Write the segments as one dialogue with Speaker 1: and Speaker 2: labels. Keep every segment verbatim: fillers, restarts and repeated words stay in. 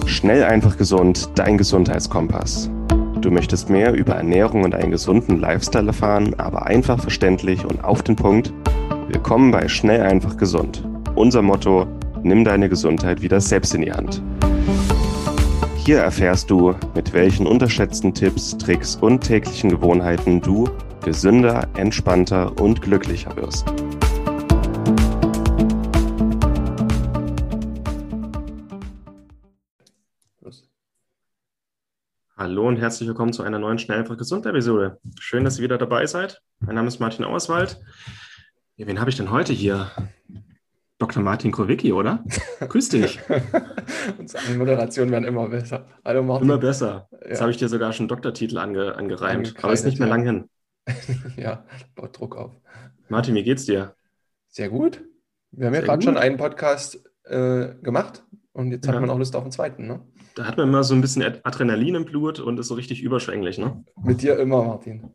Speaker 1: Schnell, einfach, gesund, dein Gesundheitskompass. Du möchtest mehr über Ernährung und einen gesunden Lifestyle erfahren, aber einfach verständlich und auf den Punkt? Willkommen bei Schnell, einfach, gesund. Unser Motto: Nimm deine Gesundheit wieder selbst in die Hand. Hier erfährst du, mit welchen unterschätzten Tipps, Tricks und täglichen Gewohnheiten du gesünder, entspannter und glücklicher wirst. Hallo und herzlich willkommen zu einer neuen Schnell, einfach, gesund Episode. Schön, dass ihr wieder dabei seid. Mein Name ist Martin Auerswald. Ja, wen habe ich denn heute hier? Doktor Martin Kulwicki, oder? Grüß dich.
Speaker 2: Unsere Moderationen werden immer besser. Hallo Martin.
Speaker 1: Immer besser. Jetzt
Speaker 2: Ja.
Speaker 1: habe ich dir sogar schon Doktortitel ange, angereimt,
Speaker 2: Angekreidet,
Speaker 1: aber ist nicht mehr
Speaker 2: ja.
Speaker 1: lang hin.
Speaker 2: Ja, baut Druck auf.
Speaker 1: Martin, wie geht's dir?
Speaker 2: Sehr gut. Wir haben ja
Speaker 1: Sehr
Speaker 2: gerade schon
Speaker 1: gut.
Speaker 2: einen Podcast äh, gemacht und jetzt
Speaker 1: Ja.
Speaker 2: hat man auch Lust auf den zweiten, ne?
Speaker 1: Da hat man immer so ein bisschen Adrenalin im Blut und ist so richtig überschwänglich, ne?
Speaker 2: Mit dir immer, Martin.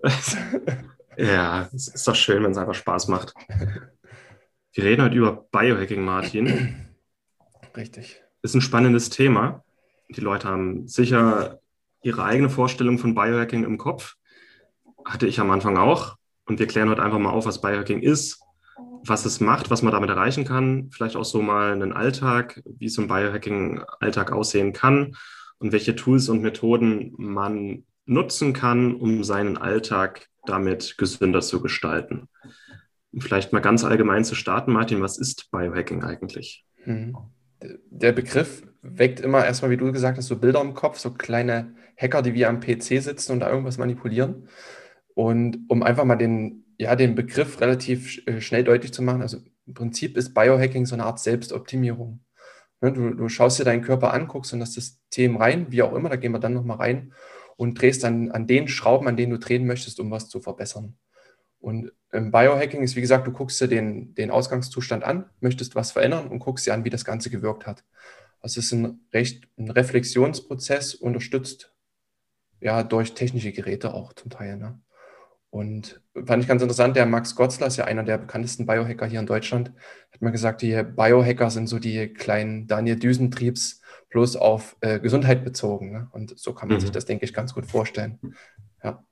Speaker 1: Ja, es ist doch schön, wenn es einfach Spaß macht. Wir reden heute über Biohacking, Martin.
Speaker 2: Richtig.
Speaker 1: Ist ein spannendes Thema. Die Leute haben sicher ihre eigene Vorstellung von Biohacking im Kopf. Hatte ich am Anfang auch. Und wir klären heute einfach mal auf, was Biohacking ist, was es macht, was man damit erreichen kann. Vielleicht auch so mal einen Alltag, wie so ein Biohacking-Alltag aussehen kann und welche Tools und Methoden man nutzen kann, um seinen Alltag damit gesünder zu gestalten. Um vielleicht mal ganz allgemein zu starten, Martin, was ist Biohacking eigentlich?
Speaker 2: Mhm. Der Begriff weckt immer erstmal, wie du gesagt hast, so Bilder im Kopf, so kleine Hacker, die wie am P C sitzen und da irgendwas manipulieren. Und um einfach mal den, ja, den Begriff relativ äh, schnell deutlich zu machen, also im Prinzip ist Biohacking so eine Art Selbstoptimierung. Ne, du, du schaust dir deinen Körper an, guckst in das System rein, wie auch immer, da gehen wir dann nochmal rein und drehst dann an den Schrauben, an denen du drehen möchtest, um was zu verbessern. Und im Biohacking ist, wie gesagt, du guckst dir den, den Ausgangszustand an, möchtest was verändern und guckst dir an, wie das Ganze gewirkt hat. Also es ist ein recht ein Reflexionsprozess, unterstützt ja durch technische Geräte auch zum Teil. Ne? Und fand ich ganz interessant, der Max Gotzler ist ja einer der bekanntesten Biohacker hier in Deutschland, hat mal gesagt, die Biohacker sind so die kleinen Daniel Düsentriebs, bloß auf äh, Gesundheit bezogen. Ne? Und so kann man mhm. sich das, denke ich, ganz gut vorstellen. Ja.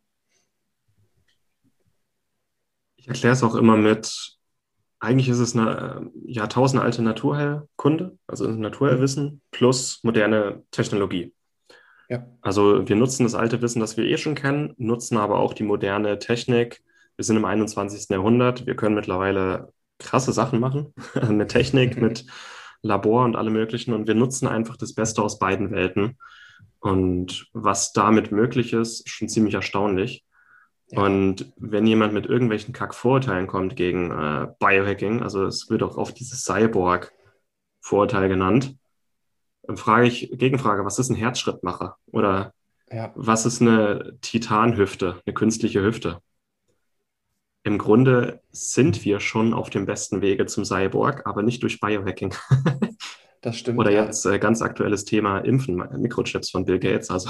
Speaker 1: Ich erkläre es auch immer mit, eigentlich ist es eine jahrtausendalte Naturheilkunde, also Naturheilwissen plus moderne Technologie.
Speaker 2: Ja.
Speaker 1: Also wir nutzen das alte Wissen, das wir eh schon kennen, nutzen aber auch die moderne Technik. Wir sind im einundzwanzigsten Jahrhundert, wir können mittlerweile krasse Sachen machen, mit Technik, mit Labor und allem möglichen, und wir nutzen einfach das Beste aus beiden Welten. Und was damit möglich ist, ist schon ziemlich erstaunlich. Ja. Und wenn jemand mit irgendwelchen Kack-Vorurteilen kommt gegen äh, Biohacking, also es wird auch oft dieses Cyborg-Vorurteil genannt, dann frage ich, Gegenfrage, was ist ein Herzschrittmacher? Oder ja. was ist eine Titanhüfte, eine künstliche Hüfte? Im Grunde sind wir schon auf dem besten Wege zum Cyborg, aber nicht durch Biohacking.
Speaker 2: Das stimmt.
Speaker 1: Oder
Speaker 2: ja.
Speaker 1: jetzt äh, ganz aktuelles Thema Impfen, Mikrochips von Bill Gates. Also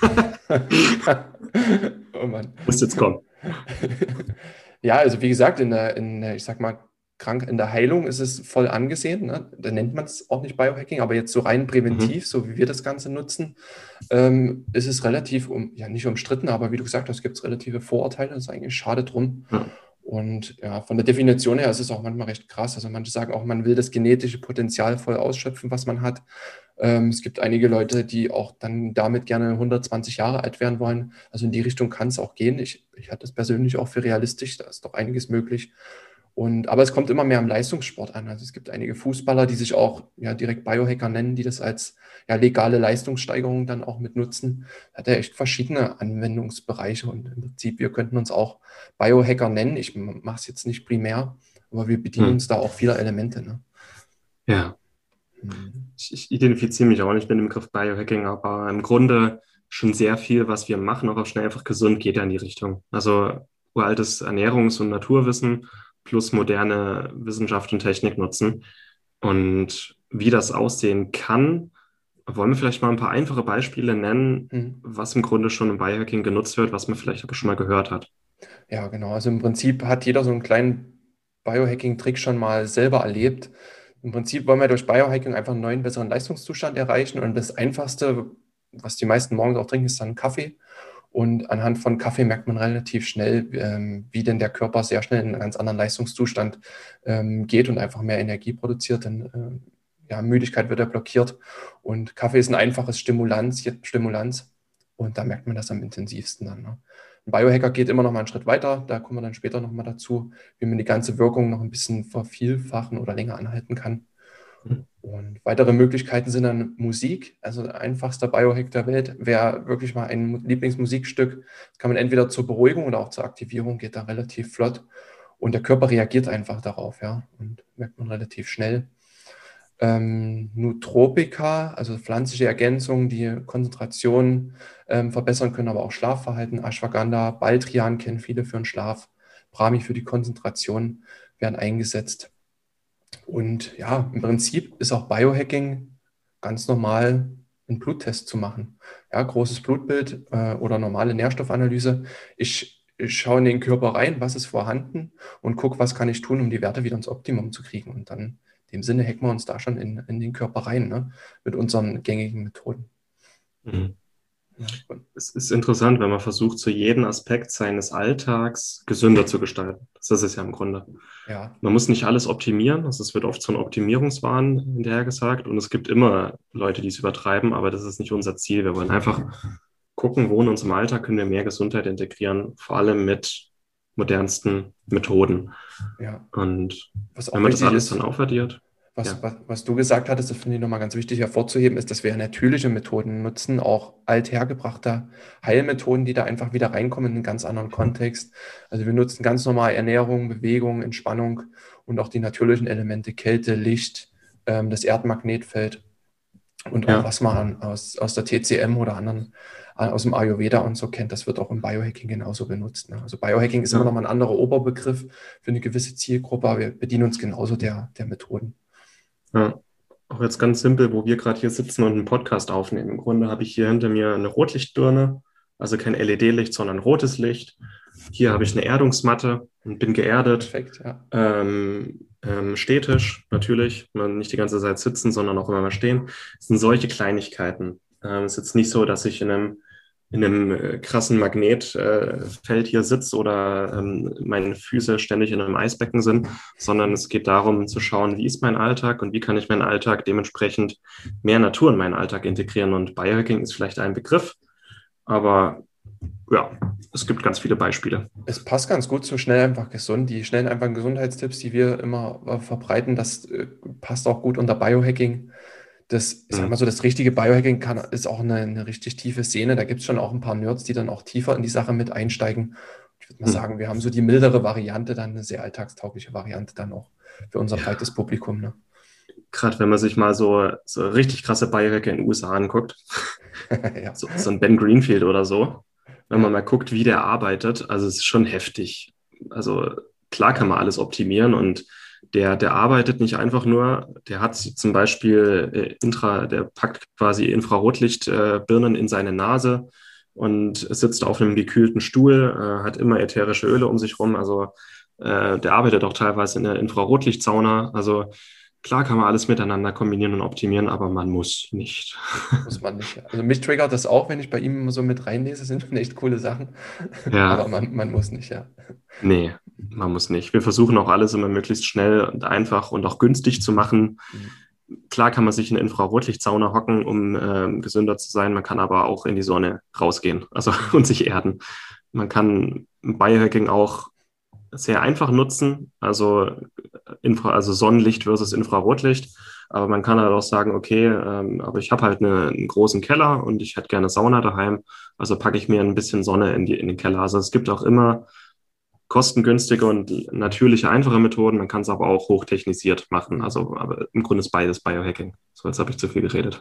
Speaker 2: oh Mann.
Speaker 1: Muss jetzt kommen.
Speaker 2: Ja, also wie gesagt, in der, in, ich sag mal, krank in der Heilung ist es voll angesehen. Ne? Da nennt man es auch nicht Biohacking, aber jetzt so rein präventiv, mhm. so wie wir das Ganze nutzen, ähm, ist es relativ, um, ja nicht umstritten, aber wie du gesagt hast, gibt es relative Vorurteile. Das ist eigentlich schade drum. Ja. Und ja, von der Definition her ist es auch manchmal recht krass. Also manche sagen auch, man will das genetische Potenzial voll ausschöpfen, was man hat. Ähm, es gibt einige Leute, die auch dann damit gerne hundertzwanzig Jahre alt werden wollen. Also in die Richtung kann es auch gehen. Ich, ich halte das persönlich auch für realistisch. Da ist doch einiges möglich. Und, aber es kommt immer mehr am Leistungssport an. Also es gibt einige Fußballer, die sich auch ja, direkt Biohacker nennen, die das als ja, legale Leistungssteigerung dann auch mit nutzen. Da hat er echt verschiedene Anwendungsbereiche und im Prinzip, wir könnten uns auch Biohacker nennen. Ich mache es jetzt nicht primär, aber wir bedienen hm. uns da auch vieler Elemente. Ne?
Speaker 1: Ja, hm. ich, ich identifiziere mich auch nicht mit dem Begriff Biohacking, aber im Grunde schon sehr viel, was wir machen, auch auf schnell einfach gesund, geht ja in die Richtung. Also uraltes Ernährungs- und Naturwissen plus moderne Wissenschaft und Technik nutzen. Und wie das aussehen kann, wollen wir vielleicht mal ein paar einfache Beispiele nennen, mhm. was im Grunde schon im Biohacking genutzt wird, was man vielleicht aber schon mal gehört hat.
Speaker 2: Ja, genau. Also im Prinzip hat jeder so einen kleinen Biohacking-Trick schon mal selber erlebt. Im Prinzip wollen wir durch Biohacking einfach einen neuen, besseren Leistungszustand erreichen. Und das Einfachste, was die meisten morgens auch trinken, ist dann Kaffee. Und anhand von Kaffee merkt man relativ schnell, ähm, wie denn der Körper sehr schnell in einen ganz anderen Leistungszustand ähm, geht und einfach mehr Energie produziert. Denn äh, ja, Müdigkeit wird ja blockiert. Und Kaffee ist ein einfaches Stimulanz, Stimulanz. Und da merkt man das am intensivsten dann. Ne? Ein Biohacker geht immer noch mal einen Schritt weiter. Da kommen wir dann später noch mal dazu, wie man die ganze Wirkung noch ein bisschen vervielfachen oder länger anhalten kann. Und weitere Möglichkeiten sind dann Musik, also einfachster Biohack der Welt. Wäre wirklich mal ein Lieblingsmusikstück, kann man entweder zur Beruhigung oder auch zur Aktivierung, geht da relativ flott. Und der Körper reagiert einfach darauf, ja, und merkt man relativ schnell. Ähm, Nootropika, also pflanzliche Ergänzungen, die Konzentration ähm, verbessern können, aber auch Schlafverhalten. Ashwagandha, Baldrian kennen viele für den Schlaf, Brahmi für die Konzentration werden eingesetzt. Und ja, im Prinzip ist auch Biohacking ganz normal, einen Bluttest zu machen. Ja, großes Blutbild äh, oder normale Nährstoffanalyse. Ich, ich schaue in den Körper rein, was ist vorhanden und gucke, was kann ich tun, um die Werte wieder ins Optimum zu kriegen. Und dann in dem Sinne hacken wir uns da schon in, in den Körper rein, ne, mit unseren gängigen Methoden.
Speaker 1: Mhm.
Speaker 2: Ja.
Speaker 1: Es ist interessant, wenn man versucht, so jeden Aspekt seines Alltags gesünder zu gestalten. Das ist es ja im Grunde.
Speaker 2: Ja.
Speaker 1: Man muss nicht alles optimieren. Also es wird oft so ein Optimierungswahn hinterher gesagt. Und es gibt immer Leute, die es übertreiben, aber das ist nicht unser Ziel. Wir wollen einfach gucken, wo in unserem Alltag können wir mehr Gesundheit integrieren, vor allem mit modernsten Methoden.
Speaker 2: Ja.
Speaker 1: Und
Speaker 2: Was
Speaker 1: wenn
Speaker 2: auch
Speaker 1: man das
Speaker 2: wichtig
Speaker 1: alles
Speaker 2: ist,
Speaker 1: dann aufaddiert,
Speaker 2: Was,
Speaker 1: ja.
Speaker 2: was, was du gesagt hattest, das finde ich nochmal ganz wichtig hervorzuheben, ist, dass wir natürliche Methoden nutzen, auch althergebrachte Heilmethoden, die da einfach wieder reinkommen in einen ganz anderen Kontext. Also wir nutzen ganz normal Ernährung, Bewegung, Entspannung und auch die natürlichen Elemente, Kälte, Licht, ähm, das Erdmagnetfeld und auch
Speaker 1: Ja.
Speaker 2: was man aus, aus der T C M oder anderen, äh, aus dem Ayurveda und so kennt, das wird auch im Biohacking genauso benutzt. Ne? Also Biohacking ist
Speaker 1: Ja.
Speaker 2: immer noch mal ein anderer Oberbegriff für eine gewisse Zielgruppe, aber wir bedienen uns genauso der, der Methoden.
Speaker 1: Ja, auch jetzt ganz simpel, wo wir gerade hier sitzen und einen Podcast aufnehmen. Im Grunde habe ich hier hinter mir eine Rotlichtbirne, also kein L E D-Licht, sondern rotes Licht. Hier habe ich eine Erdungsmatte und bin geerdet.
Speaker 2: Perfekt, ja.
Speaker 1: Ähm, ähm, Stehtisch natürlich, man nicht die ganze Zeit sitzen, sondern auch immer mal stehen. Es sind solche Kleinigkeiten. Ähm, es ist jetzt nicht so, dass ich in einem in einem äh, krassen Magnetfeld äh, hier sitze oder ähm, meine Füße ständig in einem Eisbecken sind, sondern es geht darum zu schauen, wie ist mein Alltag und wie kann ich meinen Alltag dementsprechend mehr Natur in meinen Alltag integrieren. Und Biohacking ist vielleicht ein Begriff, aber ja, es gibt ganz viele Beispiele.
Speaker 2: Es passt ganz gut zu schnell einfach gesund. Die schnellen einfach Gesundheitstipps, die wir immer äh, verbreiten, das äh, passt auch gut unter Biohacking. Das, ich sag mal
Speaker 1: Mhm.
Speaker 2: so, das richtige Biohacking kann, ist auch eine, eine richtig tiefe Szene. Da gibt es schon auch ein paar Nerds, die dann auch tiefer in die Sache mit einsteigen. Ich würde mal
Speaker 1: Mhm.
Speaker 2: sagen, wir haben so die mildere Variante, dann eine sehr alltagstaugliche Variante dann auch für unser breites Publikum. Ne?
Speaker 1: Gerade wenn man sich mal so, so richtig krasse Biohacker in den U S A anguckt,
Speaker 2: Ja.
Speaker 1: so, so ein Ben Greenfield oder so, wenn man
Speaker 2: Ja.
Speaker 1: mal guckt, wie der arbeitet, also es ist schon heftig. Also klar kann man alles optimieren und der, der arbeitet nicht einfach nur, der hat zum Beispiel äh, Intra, der packt quasi Infrarotlichtbirnen äh, in seine Nase und sitzt auf einem gekühlten Stuhl, äh, hat immer ätherische Öle um sich rum. Also äh, der arbeitet auch teilweise in der Infrarotlichtsauna. Also klar kann man alles miteinander kombinieren und optimieren, aber man muss nicht.
Speaker 2: Muss man nicht. Also mich triggert das auch, wenn ich bei ihm immer so mit reinlese, sind schon echt coole Sachen. Aber
Speaker 1: Ja,
Speaker 2: man, man muss nicht, ja.
Speaker 1: nee, man muss nicht. Wir versuchen auch alles immer möglichst schnell und einfach und auch günstig zu machen.
Speaker 2: Mhm.
Speaker 1: Klar kann man sich in eine Infrarotlichtsauna hocken, um ähm, gesünder zu sein. Man kann aber auch in die Sonne rausgehen, also
Speaker 2: Mhm.
Speaker 1: und sich erden. Man kann Biohacking auch sehr einfach nutzen, also, Infra, also Sonnenlicht versus Infrarotlicht. Aber man kann halt auch sagen, okay, ähm, aber ich habe halt eine, einen großen Keller und ich hätte gerne Sauna daheim, also packe ich mir ein bisschen Sonne in, die, in den Keller. Also es gibt auch immer kostengünstige und natürliche, einfache Methoden. Man kann es aber auch hochtechnisiert machen.
Speaker 2: Mhm.
Speaker 1: Also, aber im Grunde ist beides Biohacking. So, jetzt habe ich zu viel geredet.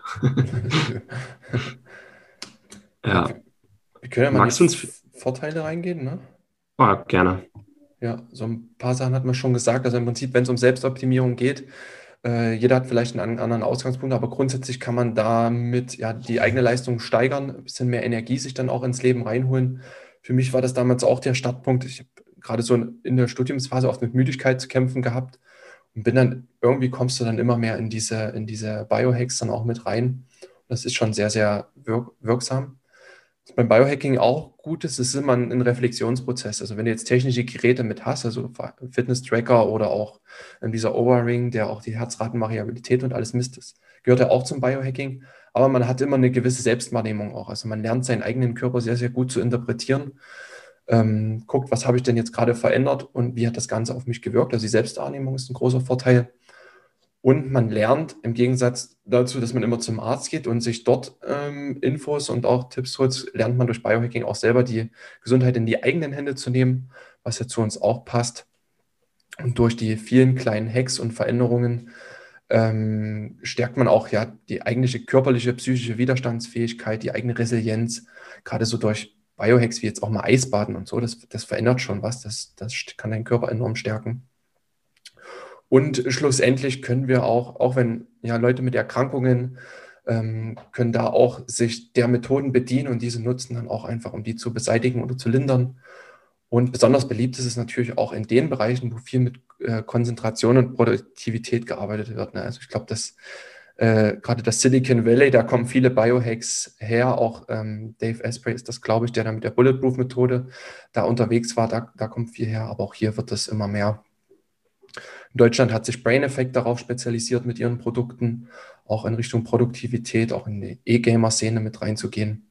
Speaker 2: Ja,
Speaker 1: Ja,
Speaker 2: wir, wir können ja mal in die
Speaker 1: magst du uns?
Speaker 2: F- Vorteile reingehen, ne?
Speaker 1: Oh, gerne.
Speaker 2: Ja, so ein paar Sachen hat man schon gesagt. Also im Prinzip, wenn es um Selbstoptimierung geht, äh, jeder hat vielleicht einen an- anderen Ausgangspunkt, aber grundsätzlich kann man damit ja die eigene Leistung steigern, ein bisschen mehr Energie sich dann auch ins Leben reinholen. Für mich war das damals auch der Startpunkt. Ich habe gerade so in der Studiumsphase oft mit Müdigkeit zu kämpfen gehabt Und bin dann, irgendwie kommst du dann immer mehr in diese, in diese Biohacks dann auch mit rein. Das ist schon sehr, sehr wirk wirksam. Was beim Biohacking auch gut ist, ist immer ein, ein Reflexionsprozess. Also wenn du jetzt technische Geräte mit hast, also Fitness-Tracker oder auch ähm, dieser Oura-Ring, der auch die Herzratenvariabilität und alles misst, das gehört ja auch zum Biohacking. Aber man hat immer eine gewisse Selbstwahrnehmung auch. Also man lernt seinen eigenen Körper sehr, sehr gut zu interpretieren. Ähm, guckt, was habe ich denn jetzt gerade verändert und wie hat das Ganze auf mich gewirkt. Also die Selbstwahrnehmung ist ein großer Vorteil. Und man lernt im Gegensatz dazu, dass man immer zum Arzt geht und sich dort ähm, Infos und auch Tipps holt, lernt man durch Biohacking auch selber die Gesundheit in die eigenen Hände zu nehmen, was ja zu uns auch passt. Und durch die vielen kleinen Hacks und Veränderungen ähm, stärkt man auch ja die eigentliche körperliche, psychische Widerstandsfähigkeit, die eigene Resilienz, gerade so durch Biohacks wie jetzt auch mal Eisbaden und so, das, das verändert schon was, das, das kann deinen Körper enorm stärken. Und schlussendlich können wir auch, auch wenn ja Leute mit Erkrankungen ähm, können da auch sich der Methoden bedienen und diese nutzen dann auch einfach, um die zu beseitigen oder zu lindern. Und besonders beliebt ist es natürlich auch in den Bereichen, wo viel mit äh, Konzentration und Produktivität gearbeitet wird. Ne? Also ich glaube, dass äh, gerade das Silicon Valley, da kommen viele Biohacks her. Auch ähm, Dave Asprey ist das, glaube ich, der da mit der Bulletproof-Methode da unterwegs war. Da, da kommt viel her, aber auch hier wird das immer mehr. In Deutschland hat sich Brain Effect darauf spezialisiert, mit ihren Produkten auch in Richtung Produktivität, auch in die E-Gamer-Szene mit reinzugehen.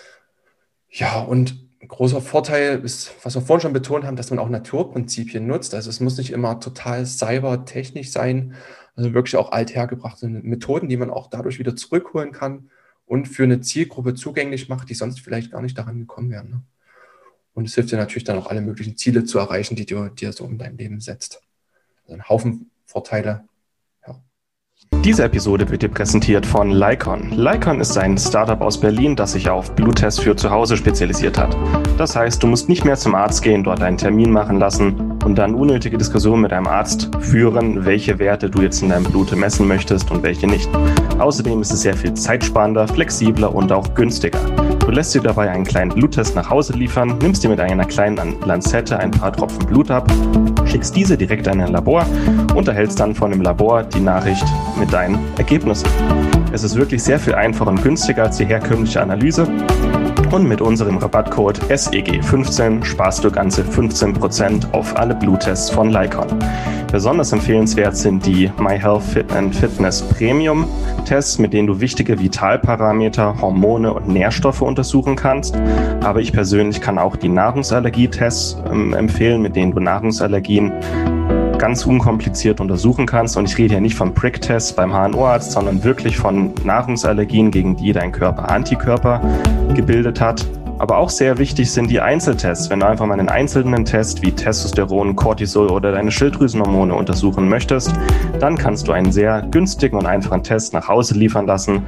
Speaker 2: Ja, und ein großer Vorteil ist, was wir vorhin schon betont haben, dass man auch Naturprinzipien nutzt. Also es muss nicht immer total cybertechnisch sein, also wirklich auch althergebrachte Methoden, die man auch dadurch wieder zurückholen kann und für eine Zielgruppe zugänglich macht, die sonst vielleicht gar nicht daran gekommen wären. Ne? Und es hilft dir natürlich dann auch alle möglichen Ziele zu erreichen, die du dir so in dein Leben setzt. Also ein Haufen Vorteile. Ja.
Speaker 1: Diese Episode wird dir präsentiert von Lycon. Lycon ist ein Startup aus Berlin, das sich auf Bluttests für zu Hause spezialisiert hat. Das heißt, du musst nicht mehr zum Arzt gehen, dort einen Termin machen lassen und dann unnötige Diskussionen mit deinem Arzt führen, welche Werte du jetzt in deinem Blut messen möchtest und welche nicht. Außerdem ist es sehr viel zeitsparender, flexibler und auch günstiger. Du lässt dir dabei einen kleinen Bluttest nach Hause liefern, nimmst dir mit einer kleinen Lanzette ein paar Tropfen Blut ab, schickst diese direkt an ein Labor und erhältst dann von dem Labor die Nachricht mit deinen Ergebnissen. Es ist wirklich sehr viel einfacher und günstiger als die herkömmliche Analyse. Und mit unserem Rabattcode S E G fünfzehn sparst du ganze fünfzehn Prozent auf alle Bluttests von Lycon. Besonders empfehlenswert sind die MyHealth Fit and Fitness Premium Tests, mit denen du wichtige Vitalparameter, Hormone und Nährstoffe untersuchen kannst. Aber ich persönlich kann auch die Nahrungsallergietests ähm, empfehlen, mit denen du Nahrungsallergien ganz unkompliziert untersuchen kannst. Und ich rede hier nicht vom Prick-Test beim H N O-Arzt, sondern wirklich von Nahrungsallergien, gegen die dein Körper Antikörper gebildet hat. Aber auch sehr wichtig sind die Einzeltests. Wenn du einfach mal einen einzelnen Test wie Testosteron, Cortisol oder deine Schilddrüsenhormone untersuchen möchtest, dann kannst du einen sehr günstigen und einfachen Test nach Hause liefern lassen,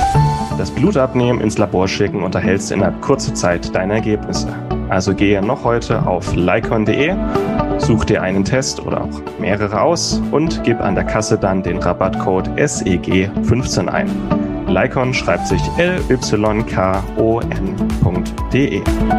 Speaker 1: das Blut abnehmen, ins Labor schicken und erhältst innerhalb kurzer Zeit deine Ergebnisse. Also gehe noch heute auf lycon punkt de, such dir einen Test oder auch mehrere aus und gib an der Kasse dann den Rabattcode S E G fünfzehn ein. Lycon schreibt sich L Y K O N punkt de.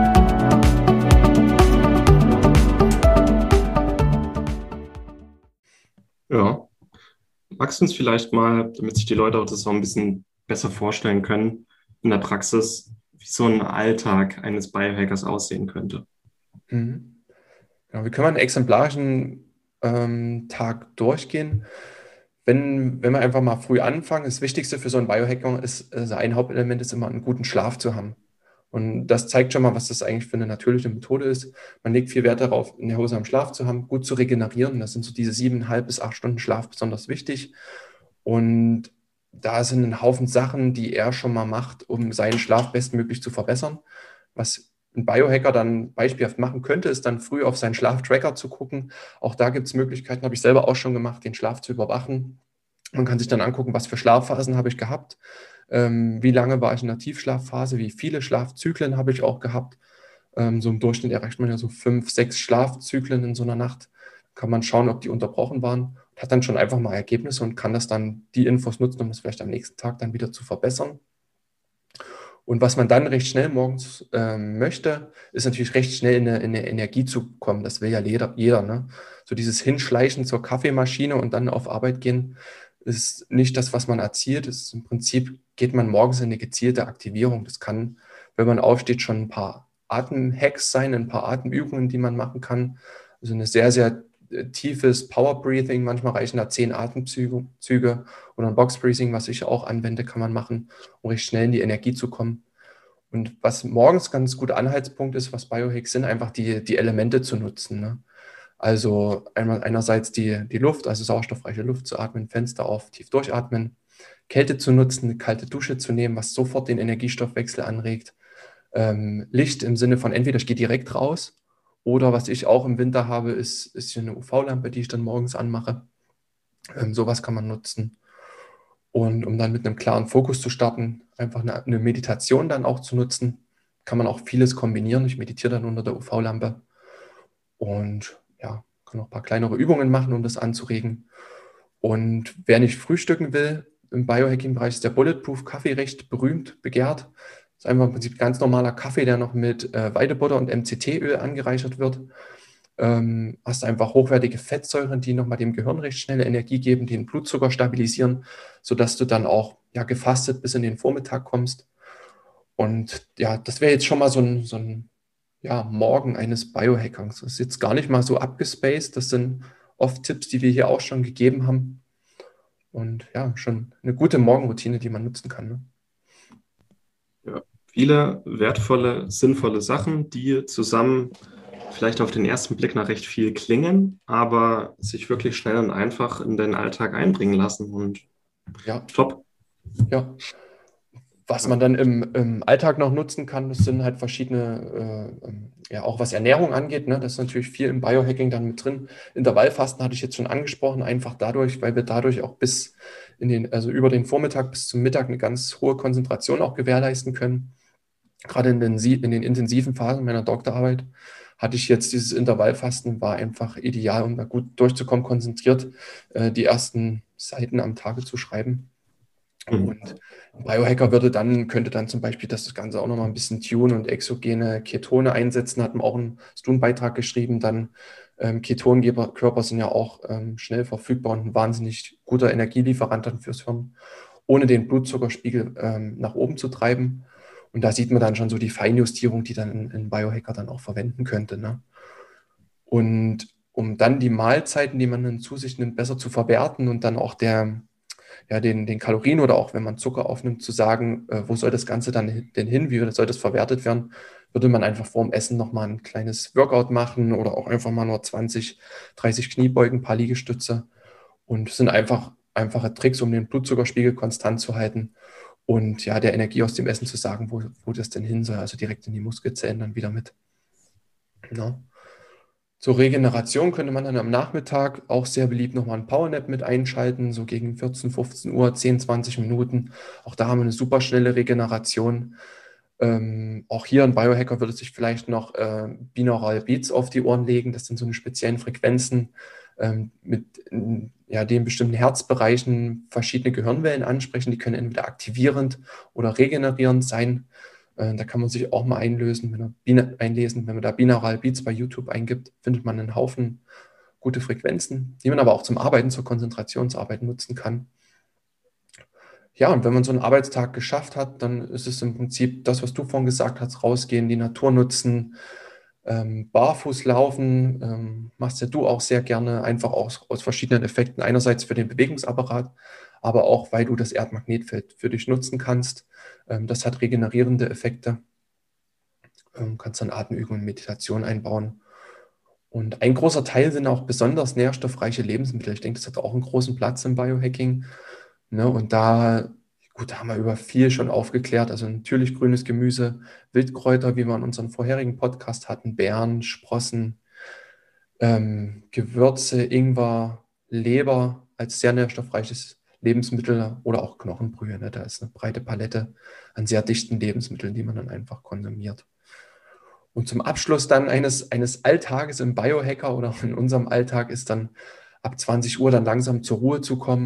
Speaker 1: Ja. Magst du uns vielleicht mal, damit sich die Leute auch das so ein bisschen besser vorstellen können, in der Praxis, wie so ein Alltag eines Biohackers aussehen könnte?
Speaker 2: Mhm. Ja, wir können einen exemplarischen ähm, Tag durchgehen. Wenn, wenn wir einfach mal früh anfangen, das Wichtigste für so einen Biohacker ist, also ein Hauptelement ist immer, einen guten Schlaf zu haben. Und das zeigt schon mal, was das eigentlich für eine natürliche Methode ist. Man legt viel Wert darauf, eine erholsamen Schlaf zu haben, gut zu regenerieren. Das sind so diese siebeneinhalb bis acht Stunden Schlaf besonders wichtig. Und da sind ein Haufen Sachen, die er schon mal macht, um seinen Schlaf bestmöglich zu verbessern. Was ein Biohacker dann beispielhaft machen könnte, ist dann früh auf seinen Schlaftracker zu gucken. Auch da gibt es Möglichkeiten, habe ich selber auch schon gemacht, den Schlaf zu überwachen. Man kann sich dann angucken, was für Schlafphasen habe ich gehabt, ähm, wie lange war ich in der Tiefschlafphase, wie viele Schlafzyklen habe ich auch gehabt. Ähm, so im Durchschnitt erreicht man ja so fünf, sechs Schlafzyklen in so einer Nacht. Kann man schauen, ob die unterbrochen waren. Hat dann schon einfach mal Ergebnisse und kann das dann, die Infos nutzen, um das vielleicht am nächsten Tag dann wieder zu verbessern. Und was man dann recht schnell morgens ähm, möchte, ist natürlich recht schnell in eine, in eine Energie zu kommen. Das will ja jeder, jeder, ne? So dieses Hinschleichen zur Kaffeemaschine und dann auf Arbeit gehen, ist nicht das, was man erzielt. Es ist im Prinzip geht man morgens in eine gezielte Aktivierung. Das kann, wenn man aufsteht, schon ein paar Atemhacks sein, ein paar Atemübungen, die man machen kann. Also eine sehr, sehr äh, tiefes Power Breathing. Manchmal reichen da zehn Atemzüge Züge oder ein Box Breathing, was ich auch anwende, kann man machen, um recht schnell in die Energie zu kommen. Und was morgens ganz guter Anhaltspunkt ist, was Biohacks sind, einfach die, die Elemente zu nutzen. Ne? Also einmal, einerseits die, die Luft, also sauerstoffreiche Luft zu atmen, Fenster auf, tief durchatmen, Kälte zu nutzen, eine kalte Dusche zu nehmen, was sofort den Energiestoffwechsel anregt. Ähm, Licht im Sinne von entweder ich gehe direkt raus oder was ich auch im Winter habe, ist, ist eine U V-Lampe, die ich dann morgens anmache. Ähm, sowas kann man nutzen. Und um dann mit einem klaren Fokus zu starten, einfach eine, eine Meditation dann auch zu nutzen, kann man auch vieles kombinieren. Ich meditiere dann unter der U V-Lampe und ja, kann auch ein paar kleinere Übungen machen, um das anzuregen. Und wer nicht frühstücken will, im Biohacking-Bereich ist der Bulletproof Kaffee recht berühmt, begehrt. Das ist einfach im Prinzip ganz normaler Kaffee, der noch mit äh, Weidebutter und M C T-Öl angereichert wird. Ähm, hast einfach hochwertige Fettsäuren, die nochmal dem Gehirn recht schnelle Energie geben, die den Blutzucker stabilisieren, sodass du dann auch ja, gefastet bis in den Vormittag kommst. Und ja, das wäre jetzt schon mal so ein, so ein ja, Morgen eines Biohackers. Das ist jetzt gar nicht mal so abgespaced. Das sind oft Tipps, die wir hier auch schon gegeben haben. Und ja, schon eine gute Morgenroutine, die man nutzen kann. Ne?
Speaker 1: Ja, viele wertvolle, sinnvolle Sachen, die zusammen vielleicht auf den ersten Blick nach recht viel klingen, aber sich wirklich schnell und einfach in den Alltag einbringen lassen. Und
Speaker 2: Ja,
Speaker 1: top.
Speaker 2: ja. Was
Speaker 1: Ja.
Speaker 2: man dann im, im Alltag noch nutzen kann, das sind halt verschiedene, äh, ähm, ja, auch was Ernährung angeht, ne, das ist natürlich viel im Biohacking dann mit drin. Intervallfasten hatte ich jetzt schon angesprochen, einfach dadurch, weil wir dadurch auch bis in den, also über den Vormittag bis zum Mittag eine ganz hohe Konzentration auch gewährleisten können. Gerade in den, in den intensiven Phasen meiner Doktorarbeit hatte ich jetzt dieses Intervallfasten, war einfach ideal, um da gut durchzukommen, konzentriert äh, die ersten Seiten am Tage zu schreiben.
Speaker 1: Mhm.
Speaker 2: Und ein Biohacker würde dann, könnte dann zum Beispiel das Ganze auch nochmal ein bisschen tunen und exogene Ketone einsetzen, hat man auch einen Stun-Beitrag geschrieben. Dann ähm, Ketonkörper sind ja auch ähm, schnell verfügbar und ein wahnsinnig guter Energielieferant dann fürs Hirn, ohne den Blutzuckerspiegel ähm, nach oben zu treiben. Und da sieht man dann schon so die Feinjustierung, die dann ein, ein Biohacker dann auch verwenden könnte. Ne? Und um dann die Mahlzeiten, die man dann zu sich nimmt, besser zu verwerten und dann auch der ja, den, den Kalorien oder auch wenn man Zucker aufnimmt, zu sagen, äh, wo soll das Ganze dann denn hin, wie soll das verwertet werden, würde man einfach vor dem Essen nochmal ein kleines Workout machen oder auch einfach mal nur zwanzig, dreißig Kniebeugen, ein paar Liegestütze und es sind einfach einfache Tricks, um den Blutzuckerspiegel konstant zu halten und ja, der Energie aus dem Essen zu sagen, wo, wo das denn hin soll, also direkt in die Muskelzellen dann wieder mit. Ja. Zur Regeneration könnte man dann am Nachmittag auch sehr beliebt nochmal ein Powernap mit einschalten, so gegen vierzehn, fünfzehn Uhr, zehn, zwanzig Minuten. Auch da haben wir eine super schnelle Regeneration. Ähm, auch hier ein Biohacker würde sich vielleicht noch äh, Binaural Beats auf die Ohren legen. Das sind so eine speziellen Frequenzen ähm, mit in, ja, den bestimmten Herzbereichen verschiedene Gehirnwellen ansprechen. Die können entweder aktivierend oder regenerierend sein. Äh, da kann man sich auch mal einlösen, wenn er Bina, einlesen. Wenn man da Binaural Beats bei YouTube eingibt, findet man einen Haufen gute Frequenzen, die man aber auch zum Arbeiten, zur Konzentrationsarbeit nutzen kann. Ja, und wenn man so einen Arbeitstag geschafft hat, dann ist es im Prinzip das, was du vorhin gesagt hast, rausgehen, die Natur nutzen, ähm, barfuß laufen, ähm, machst ja du auch sehr gerne, einfach aus, aus verschiedenen Effekten. Einerseits für den Bewegungsapparat, aber auch, weil du das Erdmagnetfeld für dich nutzen kannst. Ähm, das hat regenerierende Effekte. Ähm, kannst dann Atemübungen und Meditation einbauen. Und ein großer Teil sind auch besonders nährstoffreiche Lebensmittel. Ich denke, das hat auch einen großen Platz im Biohacking. Ne? Und da, gut, da haben wir über viel schon aufgeklärt. Also natürlich grünes Gemüse, Wildkräuter, wie wir in unserem vorherigen Podcast hatten, Beeren, Sprossen, ähm, Gewürze, Ingwer, Leber als sehr nährstoffreiches Lebensmittel oder auch Knochenbrühe. Ne? Da ist eine breite Palette an sehr dichten Lebensmitteln, die man dann einfach konsumiert. Und zum Abschluss dann eines, eines Alltages im Biohacker oder in unserem Alltag ist dann ab zwanzig Uhr dann langsam zur Ruhe zu kommen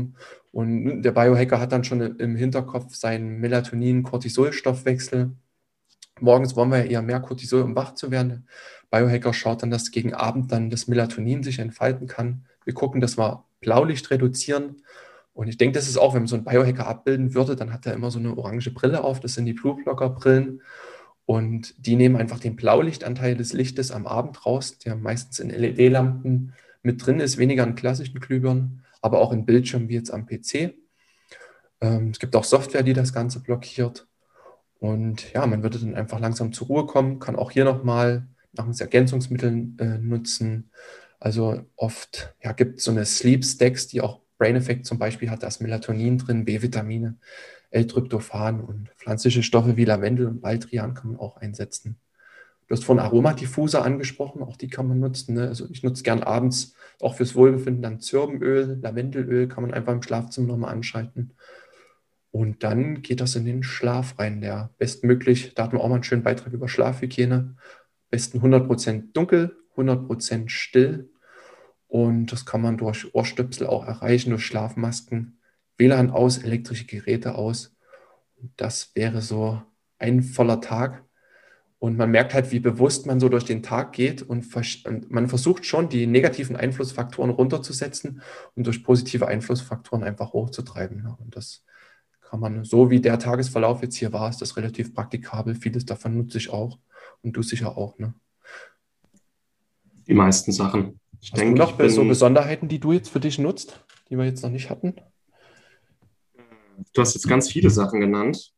Speaker 2: Und der Biohacker hat dann schon im Hinterkopf seinen Melatonin-Cortisol-Stoffwechsel. Morgens wollen wir ja eher mehr Cortisol, um wach zu werden. Der Biohacker schaut dann, dass gegen Abend dann das Melatonin sich entfalten kann. Wir gucken, dass wir Blaulicht reduzieren. Und ich denke, das ist auch, wenn man so einen Biohacker abbilden würde, dann hat er immer so eine orange Brille auf. Das sind die Blue Blocker Brillen. Und die nehmen einfach den Blaulichtanteil des Lichtes am Abend raus, der meistens in L E D-Lampen mit drin ist, weniger in klassischen Glühbirnen, aber auch in Bildschirmen wie jetzt am P C. Ähm, es gibt auch Software, die das Ganze blockiert. Und ja, man würde dann einfach langsam zur Ruhe kommen, kann auch hier nochmal Nahrungsergänzungsmittel äh, nutzen. Also oft ja, gibt es so eine Sleep Stacks, die auch Brain Effect zum Beispiel hat, da ist Melatonin drin, B-Vitamine, L-Tryptophan und pflanzliche Stoffe wie Lavendel und Baldrian kann man auch einsetzen. Du hast vorhin Aromadiffuser angesprochen, auch die kann man nutzen. Ne? Also ich nutze gern abends auch fürs Wohlbefinden dann Zirbenöl, Lavendelöl kann man einfach im Schlafzimmer nochmal anschalten. Und dann geht das in den Schlaf rein, der bestmöglich, da hatten wir auch mal einen schönen Beitrag über Schlafhygiene, besten hundert Prozent dunkel, hundert Prozent still. Und das kann man durch Ohrstöpsel auch erreichen, durch Schlafmasken, W L A N aus, elektrische Geräte aus. Und das wäre so ein voller Tag. Und man merkt halt, wie bewusst man so durch den Tag geht und, vers- und man versucht schon, die negativen Einflussfaktoren runterzusetzen und durch positive Einflussfaktoren einfach hochzutreiben. Ne? Und das kann man, so wie der Tagesverlauf jetzt hier war, ist das relativ praktikabel. Vieles davon nutze ich auch und du sicher auch. Ne?
Speaker 1: Die meisten Sachen. Ich
Speaker 2: Hast du
Speaker 1: denke,
Speaker 2: noch
Speaker 1: ich
Speaker 2: be- so
Speaker 1: bin,
Speaker 2: Besonderheiten, die du jetzt für dich nutzt, die wir jetzt noch nicht hatten?
Speaker 1: du hast jetzt ganz viele Sachen genannt.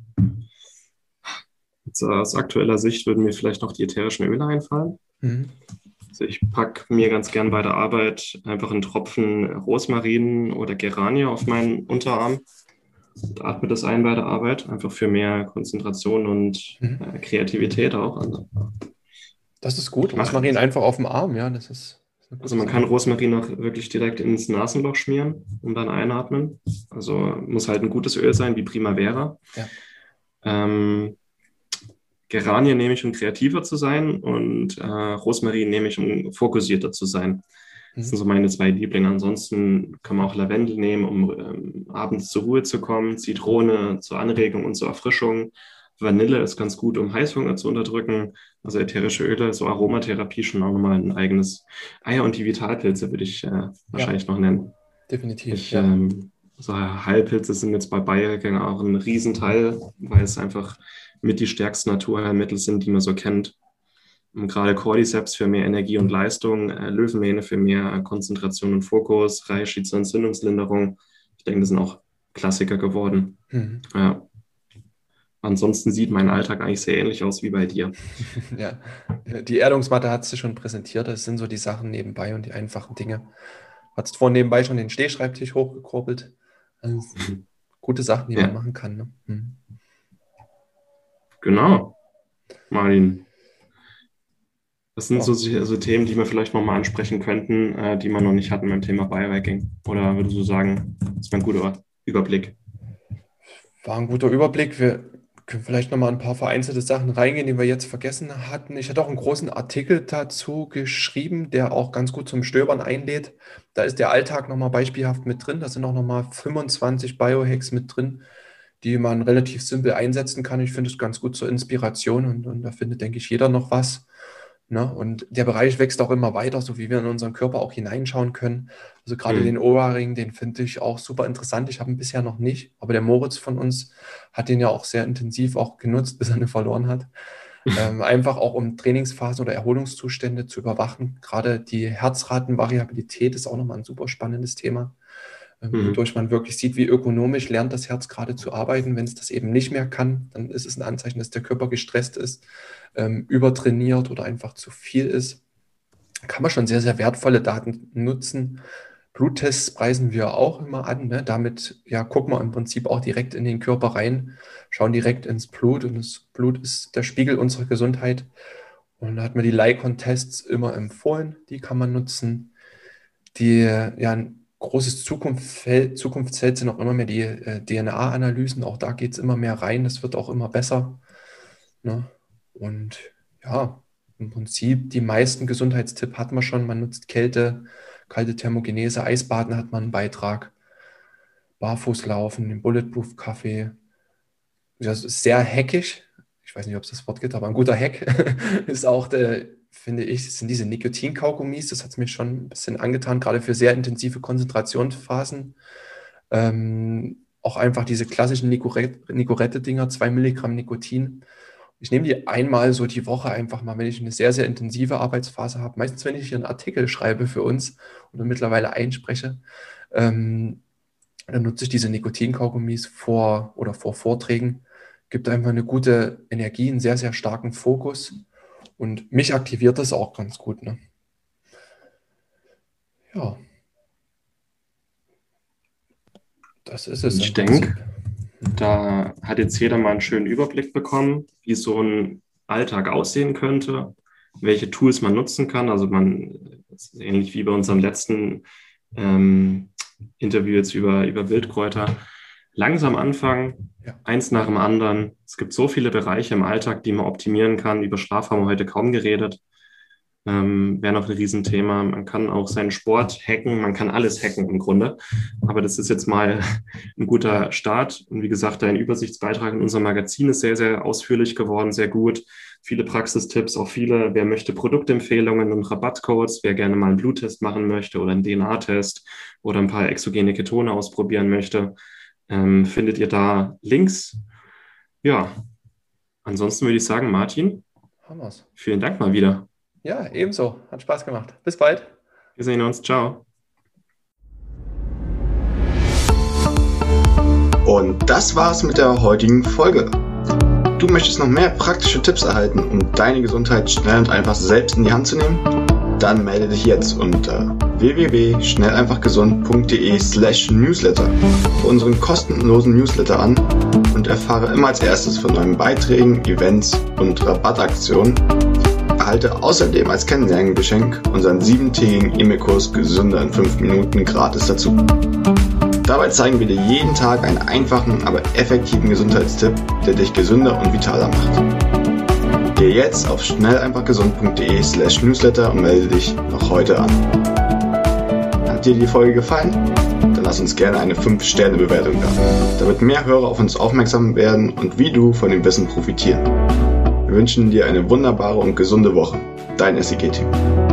Speaker 1: Jetzt, äh, aus aktueller Sicht würden mir vielleicht noch die ätherischen Öle einfallen.
Speaker 2: Mhm.
Speaker 1: Also ich packe mir ganz gern bei der Arbeit einfach einen Tropfen Rosmarin oder Geranie auf meinen Unterarm und atme das ein bei der Arbeit, einfach für mehr Konzentration und
Speaker 2: Mhm.
Speaker 1: äh, Kreativität auch. Also
Speaker 2: Das ist gut.
Speaker 1: ich mache,
Speaker 2: Rosmarin einfach auf dem Arm, ja, das ist, das ist eine
Speaker 1: also
Speaker 2: gute
Speaker 1: man kann
Speaker 2: Sache.
Speaker 1: Rosmarin auch wirklich direkt ins Nasenloch schmieren und dann einatmen. Also muss halt ein gutes Öl sein, wie Primavera.
Speaker 2: Ja.
Speaker 1: Ähm, Geranien nehme ich, um kreativer zu sein und äh, Rosmarin nehme ich, um fokussierter zu sein. Das sind
Speaker 2: Mhm.
Speaker 1: so meine zwei Lieblinge. Ansonsten kann man auch Lavendel nehmen, um ähm, abends zur Ruhe zu kommen. Zitrone zur Anregung und zur Erfrischung. Vanille ist ganz gut, um Heißhunger zu unterdrücken. Also ätherische Öle, so Aromatherapie schon auch nochmal ein eigenes. Eier und die Vitalpilze würde ich äh,
Speaker 2: Ja,
Speaker 1: wahrscheinlich noch nennen.
Speaker 2: definitiv,
Speaker 1: Ich,
Speaker 2: ja.
Speaker 1: ähm, so Heilpilze sind jetzt bei Biohacking auch ein Riesenteil, weil es einfach mit die stärksten Naturheilmittel sind, die man so kennt. Und gerade Cordyceps für mehr Energie und Leistung, äh, Löwenmähne für mehr Konzentration und Fokus, Reishi zur Entzündungslinderung. Ich denke, das sind auch Klassiker geworden.
Speaker 2: Mhm.
Speaker 1: Ja. Ansonsten sieht mein Alltag eigentlich sehr ähnlich aus wie bei dir.
Speaker 2: Ja, die Erdungsmatte hat sie schon präsentiert. Das sind so die Sachen nebenbei und die einfachen Dinge. Hattest vorhin nebenbei schon den Stehschreibtisch hochgekurbelt. Also gute Sachen, die man
Speaker 1: Ja,
Speaker 2: machen kann. Ne? Mhm.
Speaker 1: genau, Martin. Das sind so,
Speaker 2: Ja.
Speaker 1: so Themen, die wir vielleicht nochmal ansprechen könnten, äh, die wir noch nicht hatten beim Thema Biohacking. Oder würdest du sagen, das wäre ein guter Überblick?
Speaker 2: War ein guter Überblick. Wir können vielleicht noch mal ein paar vereinzelte Sachen reingehen, die wir jetzt vergessen hatten. Ich hatte auch einen großen Artikel dazu geschrieben, der auch ganz gut zum Stöbern einlädt. Da ist der Alltag noch mal beispielhaft mit drin. Da sind auch noch mal fünfundzwanzig Biohacks mit drin, die man relativ simpel einsetzen kann. Ich finde es ganz gut zur Inspiration und, und da findet, denke ich, jeder noch was. Ne? Und der Bereich wächst auch immer weiter, so wie wir in unseren Körper auch hineinschauen können. Also gerade den
Speaker 1: Hm.
Speaker 2: Oura-Ring, den finde ich auch super interessant. Ich habe ihn bisher noch nicht, aber der Moritz von uns hat den ja auch sehr intensiv auch genutzt, bis er ihn verloren hat. Ähm, einfach auch um Trainingsphasen oder Erholungszustände zu überwachen. Gerade die Herzratenvariabilität ist auch nochmal ein super spannendes Thema, ähm,
Speaker 1: Mhm.
Speaker 2: wodurch man wirklich sieht, wie ökonomisch lernt das Herz gerade zu arbeiten. Wenn es das eben nicht mehr kann, dann ist es ein Anzeichen, dass der Körper gestresst ist, ähm, übertrainiert oder einfach zu viel ist. Kann man schon sehr, sehr wertvolle Daten nutzen. Bluttests preisen wir auch immer an. Ne? Damit ja, gucken wir im Prinzip auch direkt in den Körper rein, schauen direkt ins Blut und das Blut ist der Spiegel unserer Gesundheit. Und da hat man die Lycon-Tests immer empfohlen, die kann man nutzen. Die, ja, ein großes Zukunftsfeld, Zukunftsfeld sind auch immer mehr die äh, D N A-Analysen. Auch da geht es immer mehr rein. Das wird auch immer besser. Ne? Und ja, im Prinzip die meisten Gesundheitstipps hat man schon. Man nutzt Kälte, kalte Thermogenese, Eisbaden hat man einen Beitrag. Barfußlaufen, den Bulletproof-Kaffee. Das ist sehr hackig. Ich weiß nicht, ob es das Wort gibt, aber ein guter Hack ist auch, der, finde ich, sind diese Nikotin-Kaugummis. Das hat es mir schon ein bisschen angetan, gerade für sehr intensive Konzentrationsphasen. Ähm, auch einfach diese klassischen Nicorette-Dinger, zwei Milligramm Nikotin. Ich nehme die einmal so die Woche einfach mal, wenn ich eine sehr, sehr intensive Arbeitsphase habe. Meistens, wenn ich hier einen Artikel schreibe für uns oder mittlerweile einspreche, ähm, dann nutze ich diese Nikotin-Kaugummis vor oder vor Vorträgen. Gibt einfach eine gute Energie, einen sehr, sehr starken Fokus. Und mich aktiviert das auch ganz gut. Ne? Ja. Das ist es.
Speaker 1: Ich denke, da hat jetzt jeder mal einen schönen Überblick bekommen, wie so ein Alltag aussehen könnte, welche Tools man nutzen kann. Also man, ähnlich wie bei unserem letzten ähm, Interview jetzt über, über Wildkräuter, langsam anfangen, ja. Eins nach dem anderen. Es gibt so viele Bereiche im Alltag, die man optimieren kann. Über Schlaf haben wir heute kaum geredet. Ähm, wäre noch ein Riesenthema. Man kann auch seinen Sport hacken, man kann alles hacken im Grunde. Aber das ist jetzt mal ein guter Start. Und wie gesagt, dein Übersichtsbeitrag in unserem Magazin ist sehr, sehr ausführlich geworden, sehr gut. Viele Praxistipps, auch viele, wer möchte Produktempfehlungen und Rabattcodes, wer gerne mal einen Bluttest machen möchte oder einen D N A-Test oder ein paar exogene Ketone ausprobieren möchte, ähm, findet ihr da Links. Ja, ansonsten würde ich sagen, Martin,
Speaker 2: Hammer's.
Speaker 1: Vielen Dank mal wieder.
Speaker 2: Ja, ebenso. Hat Spaß gemacht. Bis bald.
Speaker 1: Wir sehen uns. Ciao.
Speaker 3: Und das war's mit der heutigen Folge. Du möchtest noch mehr praktische Tipps erhalten, um deine Gesundheit schnell und einfach selbst in die Hand zu nehmen? Dann melde dich jetzt unter w w w punkt schnell einfach gesund punkt d e slash newsletter für unseren kostenlosen Newsletter an und erfahre immer als erstes von neuen Beiträgen, Events und Rabattaktionen. Erhalte außerdem als Kennenlerngeschenk unseren siebentägigen E-Mail-Kurs Gesünder in fünf Minuten gratis dazu. Dabei zeigen wir dir jeden Tag einen einfachen, aber effektiven Gesundheitstipp, der dich gesünder und vitaler macht. Geh jetzt auf schnell einfach gesund punkt d e slash newsletter und melde dich noch heute an. Hat dir die Folge gefallen? Dann lass uns gerne eine fünf Sterne Bewertung da, damit mehr Hörer auf uns aufmerksam werden und wie du von dem Wissen profitieren. Wir wünschen dir eine wunderbare und gesunde Woche. Dein S E G-Team.